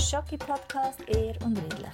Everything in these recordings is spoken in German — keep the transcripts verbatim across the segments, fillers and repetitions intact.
Schoki-Podcast Ehr und Redlich.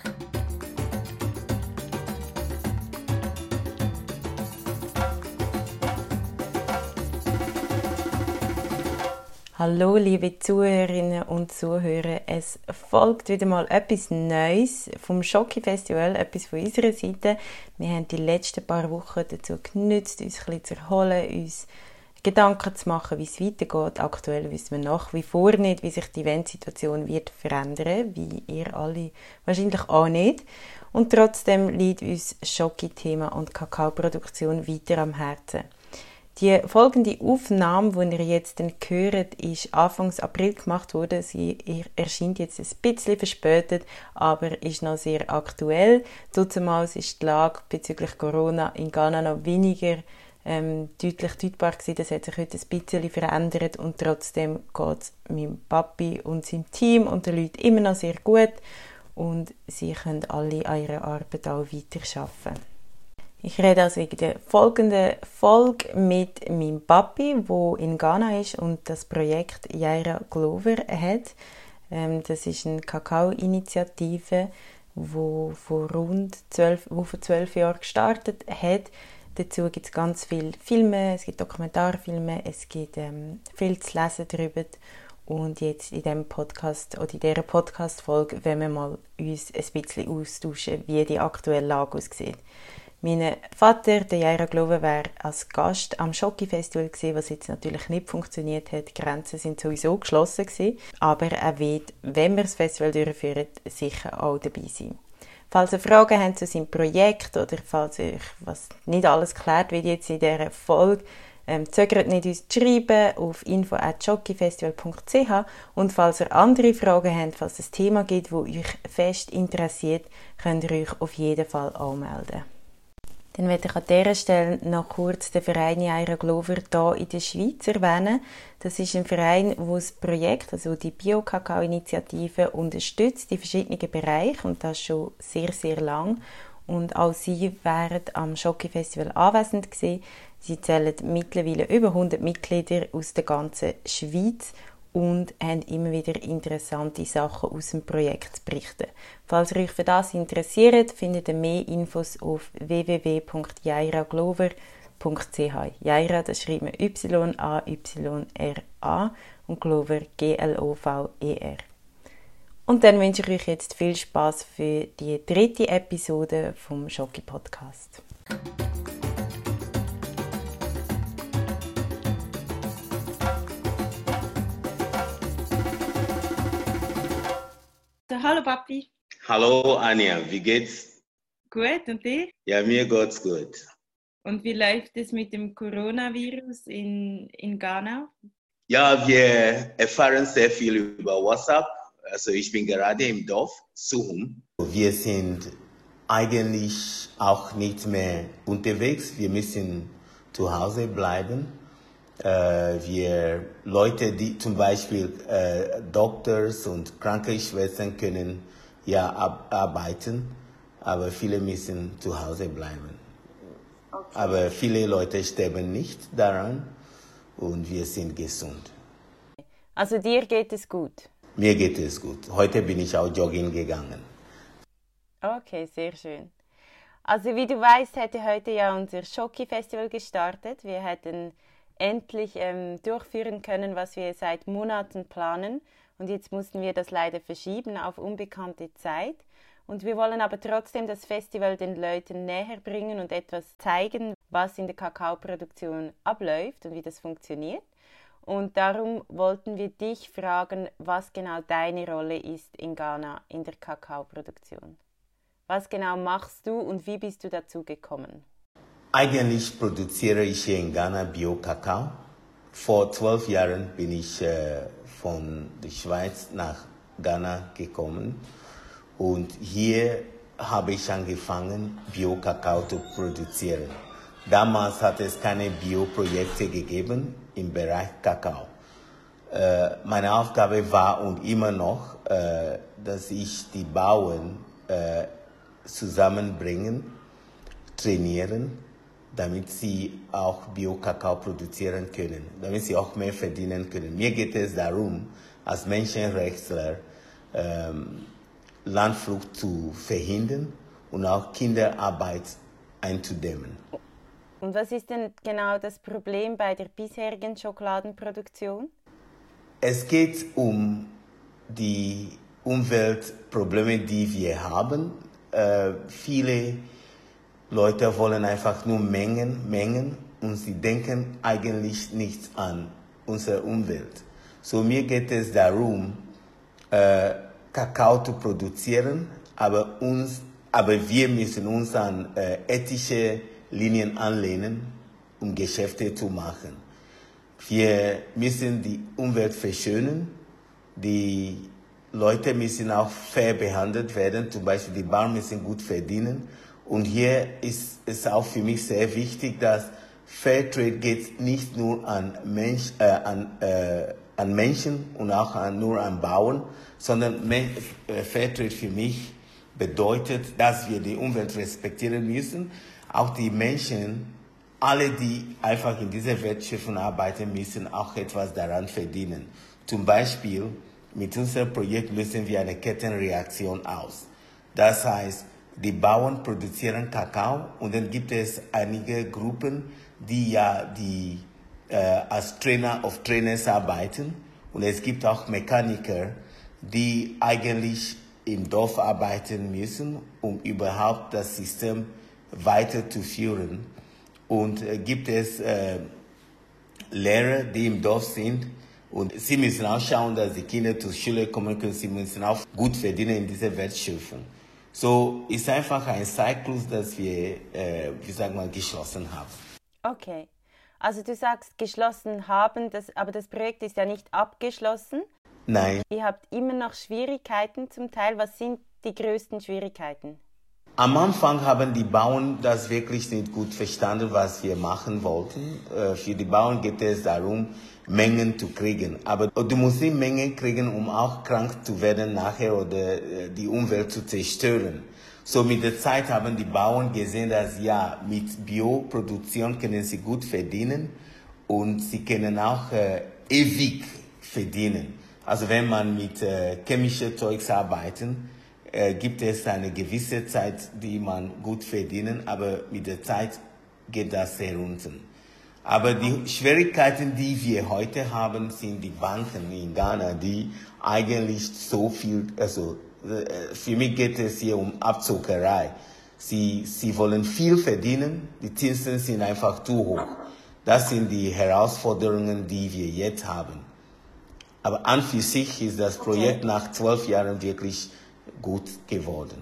Hallo liebe Zuhörerinnen und Zuhörer, es folgt wieder mal etwas Neues vom Schoki-Festival, etwas von unserer Seite. Wir haben die letzten paar Wochen dazu genutzt, uns ein bisschen zu erholen, uns Gedanken zu machen, wie es weitergeht. Aktuell wissen wir nach wie vor nicht, wie sich die Eventsituation wird verändern, wie ihr alle wahrscheinlich auch nicht. Und trotzdem liegt uns Schoki-Thema und Kakaoproduktion weiter am Herzen. Die folgende Aufnahme, die ihr jetzt hört, ist Anfang April gemacht worden. Sie erscheint jetzt ein bisschen verspätet, aber ist noch sehr aktuell. Damals ist die Lage bezüglich Corona in Ghana noch weniger ähm, deutlich deutbar gewesen. Das hat sich heute ein bisschen verändert und trotzdem geht es meinem Papi und seinem Team und den Leuten immer noch sehr gut und sie können alle an ihrer Arbeit auch weiterarbeiten. Ich rede also wegen der folgenden Folge mit meinem Papi, der in Ghana ist und das Projekt Yaira Glover hat. Ähm, das ist eine Kakao-Initiative, die vor rund zwölf, wo vor zwölf Jahren gestartet hat. Dazu gibt es ganz viele Filme, es gibt Dokumentarfilme, es gibt ähm, viel zu lesen darüber. Und jetzt in diesem Podcast oder in dieser Podcast-Folge wollen wir mal uns ein bisschen austauschen, wie die aktuelle Lage aussieht. Mein Vater, der Yaira Glover, war als Gast am Schoki-Festival gewesen, was jetzt natürlich nicht funktioniert hat. Die Grenzen sind sowieso geschlossen gewesen. Aber er wird, wenn wir das Festival durchführen, sicher auch dabei sein. Falls ihr Fragen habt zu seinem Projekt oder falls euch was nicht alles geklärt wird jetzt in dieser Folge, ähm, zögert nicht, uns zu schreiben auf info at schokifestival punkt c h. Und falls ihr andere Fragen habt, falls es ein Thema gibt, das euch fest interessiert, könnt ihr euch auf jeden Fall anmelden. Dann möchte ich an dieser Stelle noch kurz den Verein Yaira Glover hier in der Schweiz erwähnen. Das ist ein Verein, der das Projekt, also die Bio-Kakao-Initiative, unterstützt in verschiedenen Bereichen und das schon sehr, sehr lang. Und auch sie wären am Schoki-Festival anwesend gewesen. Sie zählen mittlerweile über hundert Mitglieder aus der ganzen Schweiz und haben immer wieder interessante Sachen aus dem Projekt zu berichten. Falls ihr euch für das interessiert, findet ihr mehr Infos auf w w w punkt yaira glover punkt c h. Yaira, das schreibt man Y A Y R A und Glover G L O V E R. Und dann wünsche ich euch jetzt viel Spass für die dritte Episode vom Schoki-Podcast. Hallo Papi. Hallo Anja, wie geht's? Gut, und dir? Ja, mir geht's gut. Und wie läuft es mit dem Coronavirus in, in Ghana? Ja, wir erfahren sehr viel über WhatsApp. Also ich bin gerade im Dorf, Suhum. Wir sind eigentlich auch nicht mehr unterwegs. Wir müssen zu Hause bleiben. Äh, wir Leute, die zum Beispiel äh, Doktors und Krankenschwestern können ja ab, arbeiten, aber viele müssen zu Hause bleiben. Okay. Aber viele Leute sterben nicht daran und wir sind gesund. Also dir geht es gut? Mir geht es gut. Heute bin ich auch joggen gegangen. Okay, sehr schön. Also wie du weißt, hätte heute ja unser Schoki-Festival gestartet. Wir hätten endlich ähm, durchführen können, was wir seit Monaten planen. Und jetzt mussten wir das leider verschieben auf unbekannte Zeit. Und wir wollen aber trotzdem das Festival den Leuten näher bringen und etwas zeigen, was in der Kakaoproduktion abläuft und wie das funktioniert. Und darum wollten wir dich fragen, was genau deine Rolle ist in Ghana in der Kakaoproduktion. Was genau machst du und wie bist du dazu gekommen? Eigentlich produziere ich hier in Ghana Bio-Kakao. Vor zwölf Jahren bin ich äh, von der Schweiz nach Ghana gekommen und hier habe ich angefangen, Bio-Kakao zu produzieren. Damals hat es keine Bio-Projekte gegeben im Bereich Kakao. Äh, meine Aufgabe war und immer noch, äh, dass ich die Bauern äh, zusammenbringen, trainieren, damit sie auch Bio-Kakao produzieren können, damit sie auch mehr verdienen können. Mir geht es darum, als Menschenrechtler ähm, Landflucht zu verhindern und auch Kinderarbeit einzudämmen. Und was ist denn genau das Problem bei der bisherigen Schokoladenproduktion? Es geht um die Umweltprobleme, die wir haben. Äh, viele Leute wollen einfach nur Mengen, Mengen und sie denken eigentlich nicht an unsere Umwelt. So mir geht es darum, äh, Kakao zu produzieren, aber, uns, aber wir müssen uns an äh, ethische Linien anlehnen, um Geschäfte zu machen. Wir müssen die Umwelt verschönen, die Leute müssen auch fair behandelt werden, zum Beispiel die Bauern müssen gut verdienen. Und hier ist es auch für mich sehr wichtig, dass Fairtrade geht nicht nur an, Mensch, äh, an, äh, an Menschen und auch an, nur an Bauern, sondern Fairtrade für mich bedeutet, dass wir die Umwelt respektieren müssen, auch die Menschen, alle, die einfach in dieser Wertschöpfung arbeiten müssen, auch etwas daran verdienen. Zum Beispiel mit unserem Projekt lösen wir eine Kettenreaktion aus. Das heißt, die Bauern produzieren Kakao und dann gibt es einige Gruppen, die ja die, äh, als Trainer of Trainers arbeiten. Und es gibt auch Mechaniker, die eigentlich im Dorf arbeiten müssen, um überhaupt das System weiterzuführen. Und äh, gibt es äh, Lehrer, die im Dorf sind. Und sie müssen auch schauen, dass die Kinder zur Schule kommen können. Sie müssen auch gut verdienen in dieser Wertschöpfung. So ist einfach ein Zyklus, das wir, äh, wie sagen wir, geschlossen haben. Okay, also du sagst geschlossen haben, das, aber das Projekt ist ja nicht abgeschlossen. Nein. Ihr habt immer noch Schwierigkeiten zum Teil. Was sind die größten Schwierigkeiten? Am Anfang haben die Bauern das wirklich nicht gut verstanden, was wir machen wollten. Äh, für die Bauern geht es darum, Mengen zu kriegen. Aber du musst nicht Mengen kriegen, um auch krank zu werden nachher oder die Umwelt zu zerstören. So mit der Zeit haben die Bauern gesehen, dass ja, mit Bioproduktion können sie gut verdienen und sie können auch äh, ewig verdienen. Also wenn man mit äh, chemischen Zeugs arbeitet, äh, gibt es eine gewisse Zeit, die man gut verdienen, aber mit der Zeit geht das sehr unten. Aber die Schwierigkeiten, die wir heute haben, sind die Banken in Ghana, die eigentlich so viel, also für mich geht es hier um Abzockerei. Sie, sie wollen viel verdienen, die Zinsen sind einfach zu hoch. Das sind die Herausforderungen, die wir jetzt haben. Aber an für sich ist das Projekt okay. Nach zwölf Jahren wirklich gut geworden.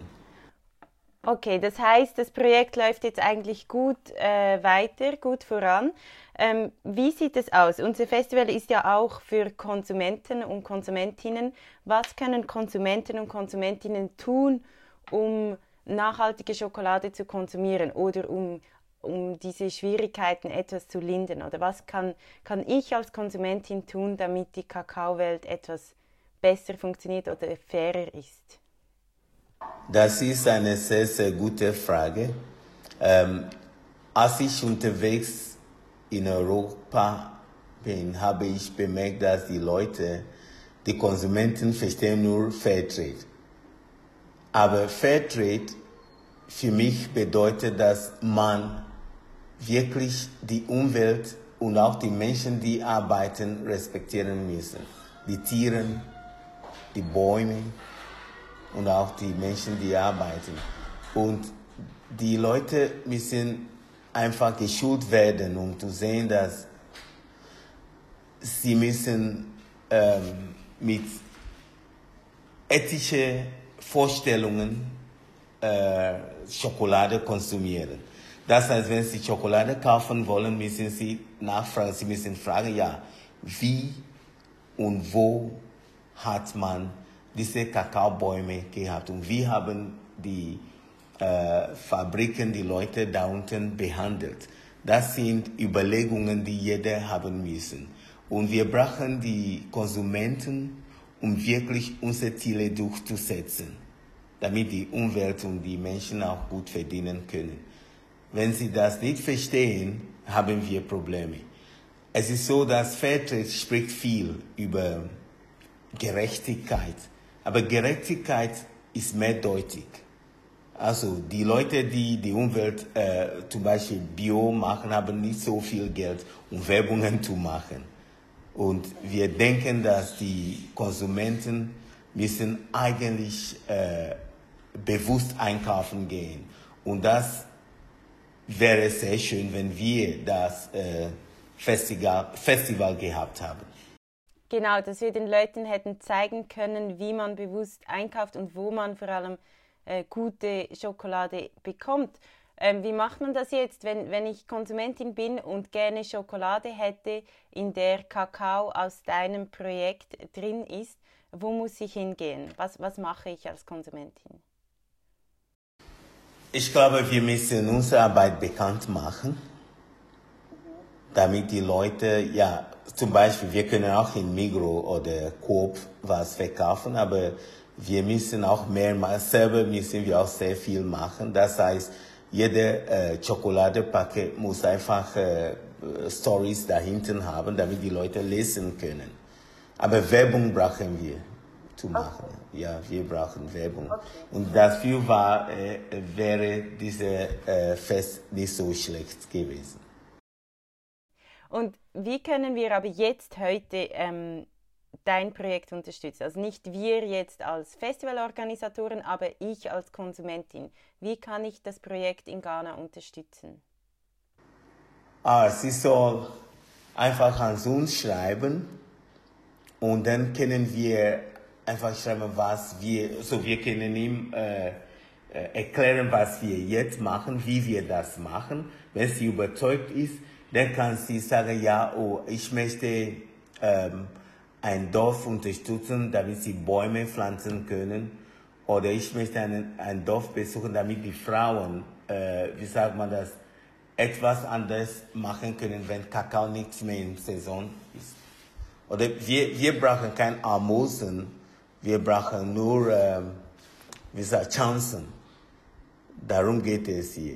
Okay, das heißt, das Projekt läuft jetzt eigentlich gut äh, weiter, gut voran. Ähm, wie sieht es aus? Unser Festival ist ja auch für Konsumenten und Konsumentinnen. Was können Konsumenten und Konsumentinnen tun, um nachhaltige Schokolade zu konsumieren oder um, um diese Schwierigkeiten etwas zu lindern? Oder was kann, kann ich als Konsumentin tun, damit die Kakaowelt etwas besser funktioniert oder fairer ist? Das ist eine sehr, sehr gute Frage. Ähm, als ich unterwegs in Europa bin, habe ich bemerkt, dass die Leute, die Konsumenten verstehen nur Fairtrade. Aber Fairtrade für mich bedeutet, dass man wirklich die Umwelt und auch die Menschen, die arbeiten, respektieren müssen. Die Tiere, die Bäume und auch die Menschen, die arbeiten. Und die Leute müssen einfach geschult werden, um zu sehen, dass sie müssen ähm, mit ethischen Vorstellungen äh, Schokolade konsumieren. Das heißt, wenn sie Schokolade kaufen wollen, müssen sie nachfragen, sie müssen fragen, ja, wie und wo hat man diese Kakaobäume gehabt und wie haben die äh, Fabriken die Leute da unten behandelt. Das sind Überlegungen, die jeder haben müssen. Und wir brauchen die Konsumenten, um wirklich unsere Ziele durchzusetzen, damit die Umwelt und die Menschen auch gut verdienen können. Wenn sie das nicht verstehen, haben wir Probleme. Es ist so, dass Fairtrade spricht viel über Gerechtigkeit. Aber Gerechtigkeit ist mehrdeutig. Also die Leute, die die Umwelt äh, zum Beispiel Bio machen, haben nicht so viel Geld, um Werbungen zu machen. Und wir denken, dass die Konsumenten müssen eigentlich äh, bewusst einkaufen gehen. Und das wäre sehr schön, wenn wir das äh, Festival, Festival gehabt haben. Genau, dass wir den Leuten hätten zeigen können, wie man bewusst einkauft und wo man vor allem äh, gute Schokolade bekommt. Ähm, wie macht man das jetzt, wenn, wenn ich Konsumentin bin und gerne Schokolade hätte, in der Kakao aus deinem Projekt drin ist? Wo muss ich hingehen? Was, was mache ich als Konsumentin? Ich glaube, wir müssen unsere Arbeit bekannt machen, damit die Leute, ja, zum Beispiel, wir können auch in Migros oder Coop was verkaufen, aber wir müssen auch mehr machen. Selber müssen wir auch sehr viel machen. Das heißt, jede äh, Schokoladepaket muss einfach äh, Stories dahinten haben, damit die Leute lesen können. Aber Werbung brauchen wir zu machen. Okay. Ja, wir brauchen Werbung. Okay. Und dafür war, äh, wäre dieses äh, Fest nicht so schlecht gewesen. Und wie können wir aber jetzt heute ähm, dein Projekt unterstützen? Also nicht wir jetzt als Festivalorganisatoren, aber ich als Konsumentin. Wie kann ich das Projekt in Ghana unterstützen? Ah, sie soll einfach an uns schreiben und dann können wir einfach schreiben, was wir, so wir können ihm äh, äh, erklären, was wir jetzt machen, wie wir das machen. Wenn sie überzeugt ist, dann kann sie sagen, ja, oh, ich möchte ähm, ein Dorf unterstützen, damit sie Bäume pflanzen können. Oder ich möchte einen, ein Dorf besuchen, damit die Frauen, äh, wie sagt man das, etwas anderes machen können, wenn Kakao nicht mehr in Saison ist. Oder wir, wir brauchen kein Almosen, wir brauchen nur, ähm, wie sagt, Chancen. Darum geht es hier.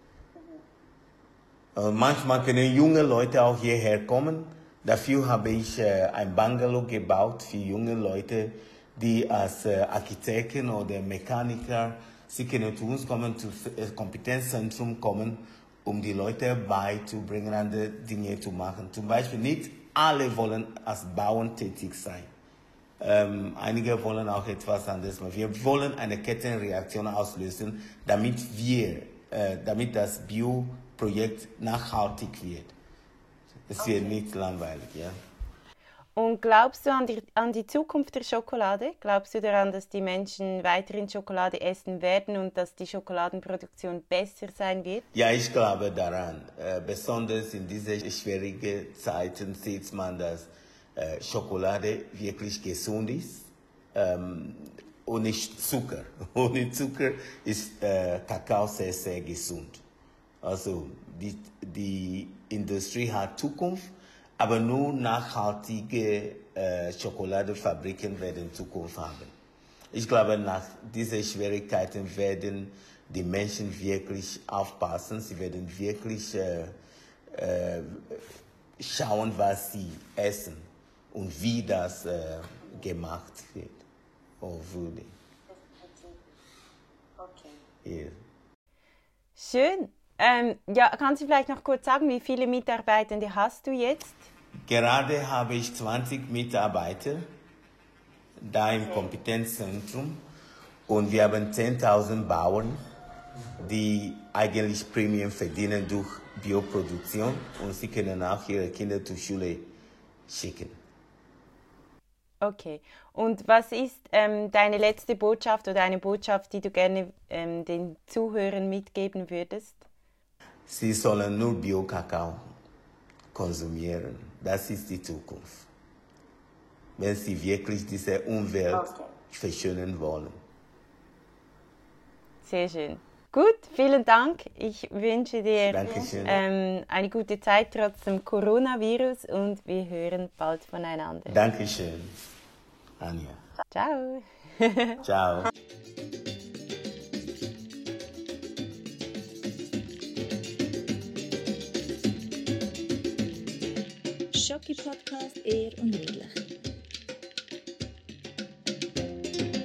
Und manchmal können junge Leute auch hierher kommen. Dafür habe ich äh, ein Bungalow gebaut für junge Leute, die als äh, Architekten oder Mechaniker, sie können zu uns kommen, zu äh, Kompetenzzentrum kommen, um die Leute beizubringen, andere Dinge zu machen. Zum Beispiel nicht alle wollen als Bauern tätig sein. Ähm, einige wollen auch etwas anderes machen. Wir wollen eine Kettenreaktion auslösen, damit wir, äh, damit das Bio-Projekt nachhaltig wird. Es wird nicht langweilig, ja. Und glaubst du an die, an die Zukunft der Schokolade? Glaubst du daran, dass die Menschen weiterhin Schokolade essen werden und dass die Schokoladenproduktion besser sein wird? Ja, ich glaube daran. Äh, besonders in diesen schwierigen Zeiten sieht man, dass äh, Schokolade wirklich gesund ist. Ähm, ohne Zucker. Ohne Zucker ist äh, Kakao sehr, sehr gesund. Also die, die Industrie hat Zukunft, aber nur nachhaltige äh, Schokoladefabriken werden Zukunft haben. Ich glaube, nach diesen Schwierigkeiten werden die Menschen wirklich aufpassen. Sie werden wirklich äh, äh, schauen, was sie essen und wie das äh, gemacht wird oder wurde. Okay. Yeah. Schön. Ähm, ja, kannst du vielleicht noch kurz sagen, wie viele Mitarbeitende hast du jetzt? Gerade habe ich zwanzig Mitarbeiter da im Kompetenzzentrum und wir haben zehntausend Bauern, die eigentlich Prämien verdienen durch Bioproduktion und sie können auch ihre Kinder zur Schule schicken. Okay. Und was ist ähm, deine letzte Botschaft oder eine Botschaft, die du gerne ähm, den Zuhörern mitgeben würdest? Sie sollen nur Bio-Kakao konsumieren. Das ist die Zukunft. Wenn sie wirklich diese Umwelt okay. verschönern wollen. Sehr schön. Gut, vielen Dank. Ich wünsche dir ähm, eine gute Zeit trotz dem Coronavirus und wir hören bald voneinander. Dankeschön, Anja. Ciao. Ciao. Schoki Podcast Ehr und Redlich.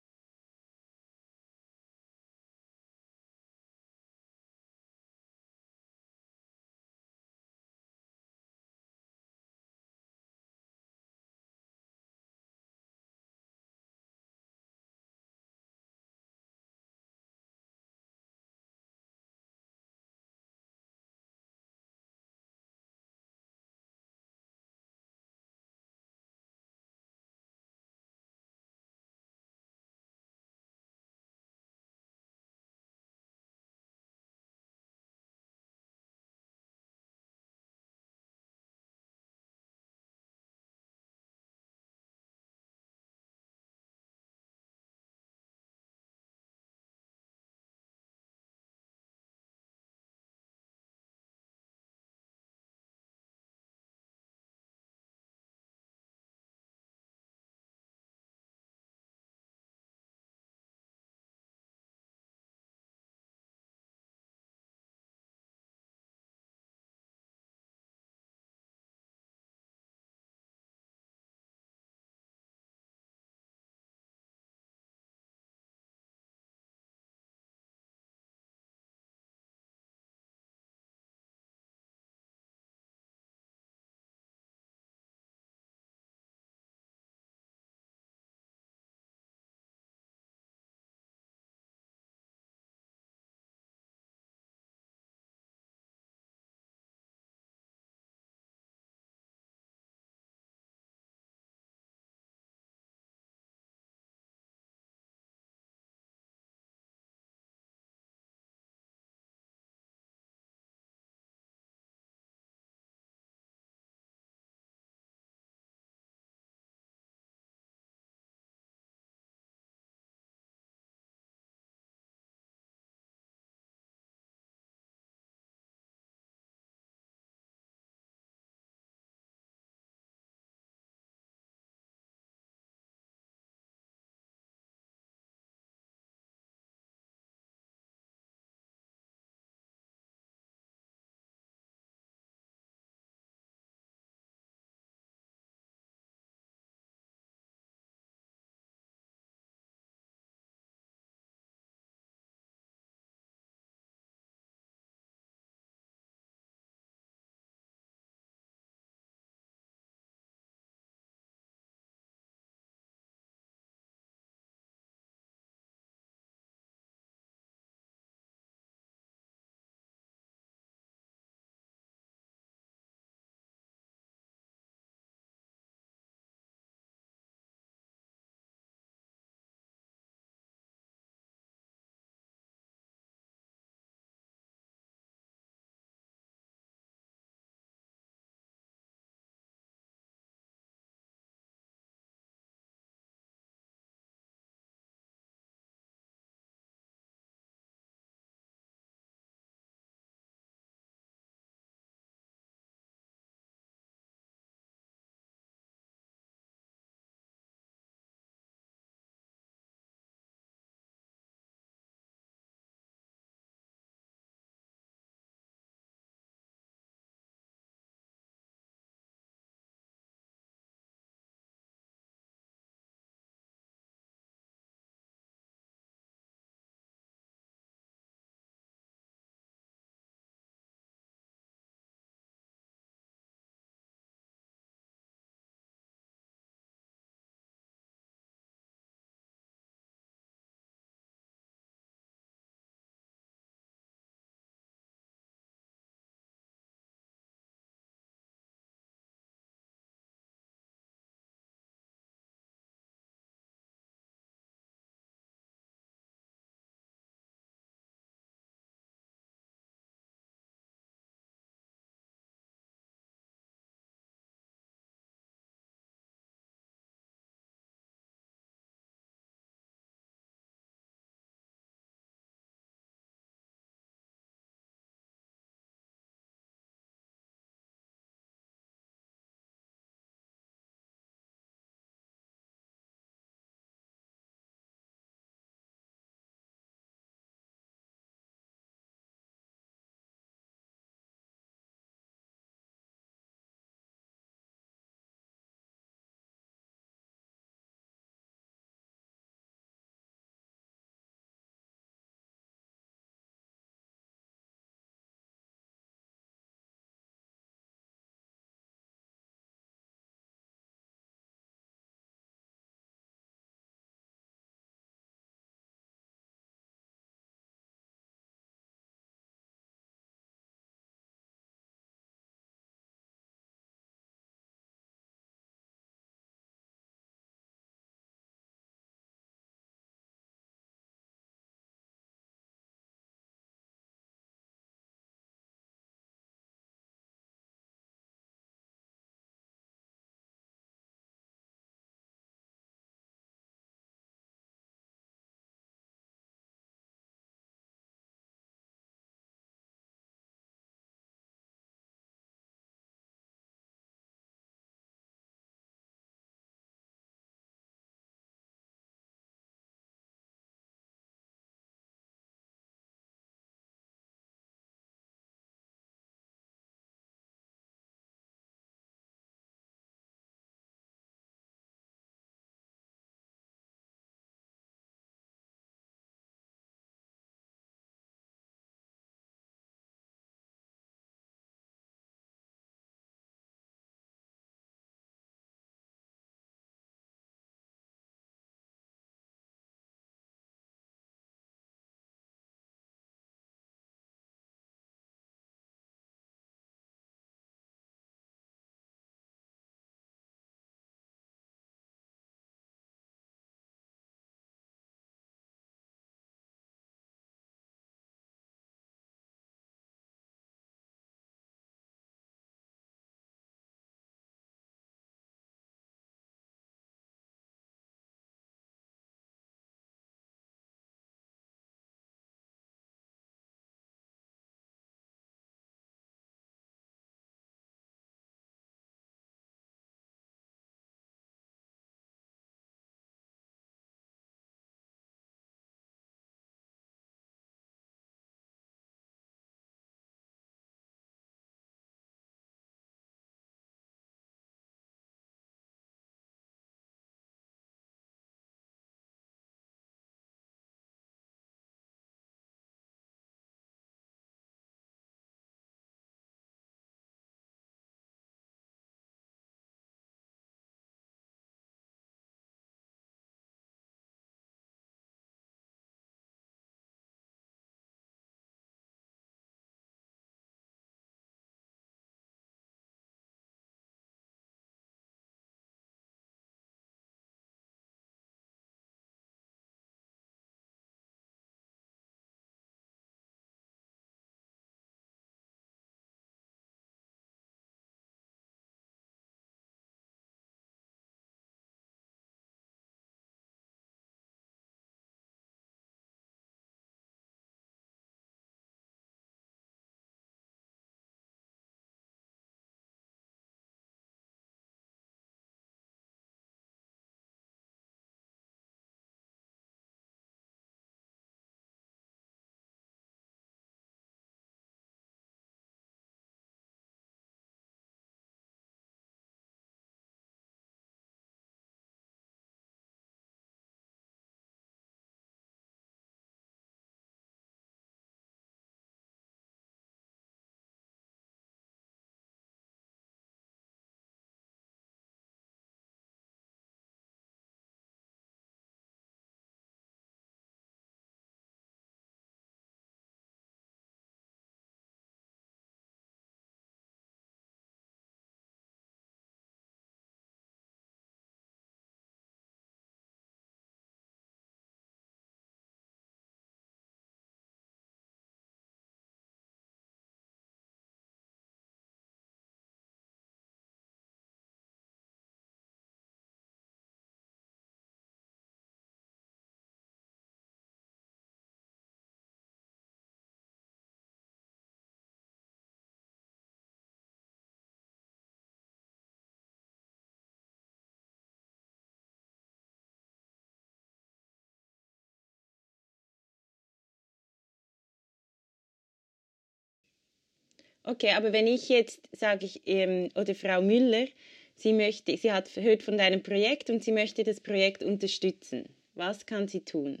Okay, aber wenn ich jetzt sage, ich ähm, oder Frau Müller, sie möchte, sie hat hört von deinem Projekt und sie möchte das Projekt unterstützen. Was kann sie tun?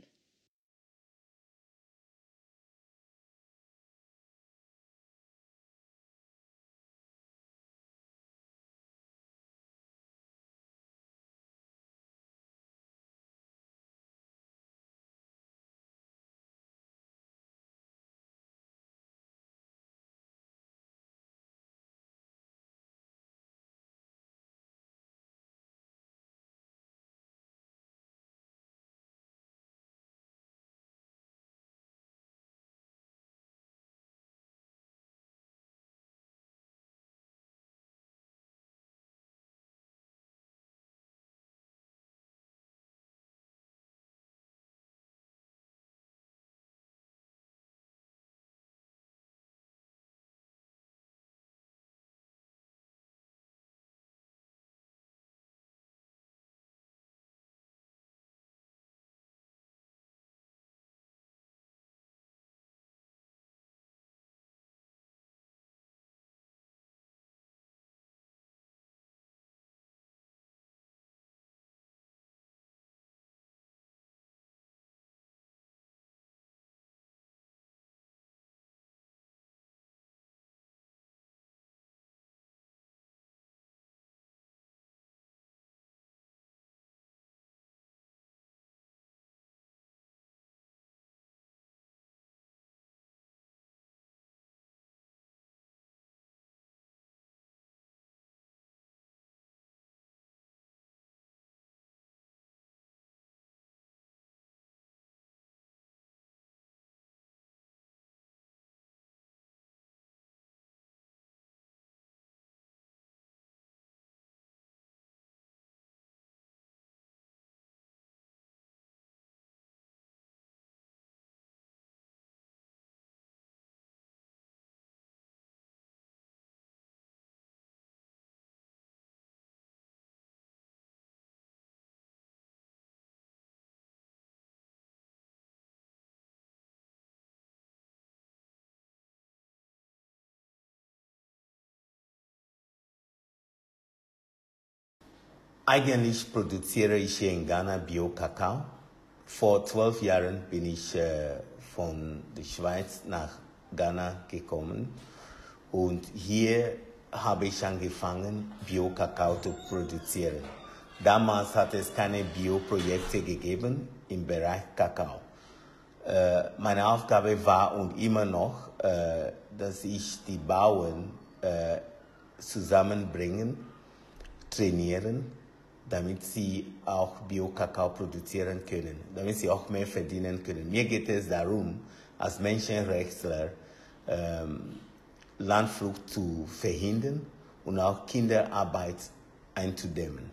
Eigentlich produziere ich hier in Ghana Bio-Kakao. Vor zwölf Jahren bin ich äh, von der Schweiz nach Ghana gekommen und hier habe ich angefangen, Bio-Kakao zu produzieren. Damals hat es keine Bio-Projekte gegeben im Bereich Kakao. Äh, meine Aufgabe war und immer noch, äh, dass ich die Bauern äh, zusammenbringen, trainieren, damit sie auch Bio-Kakao produzieren können, damit sie auch mehr verdienen können. Mir geht es darum, als Menschenrechtler ähm, Landflucht zu verhindern und auch Kinderarbeit einzudämmen.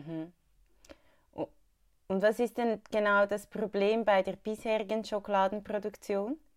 Mhm. Und was ist denn genau das Problem bei der bisherigen Schokoladenproduktion?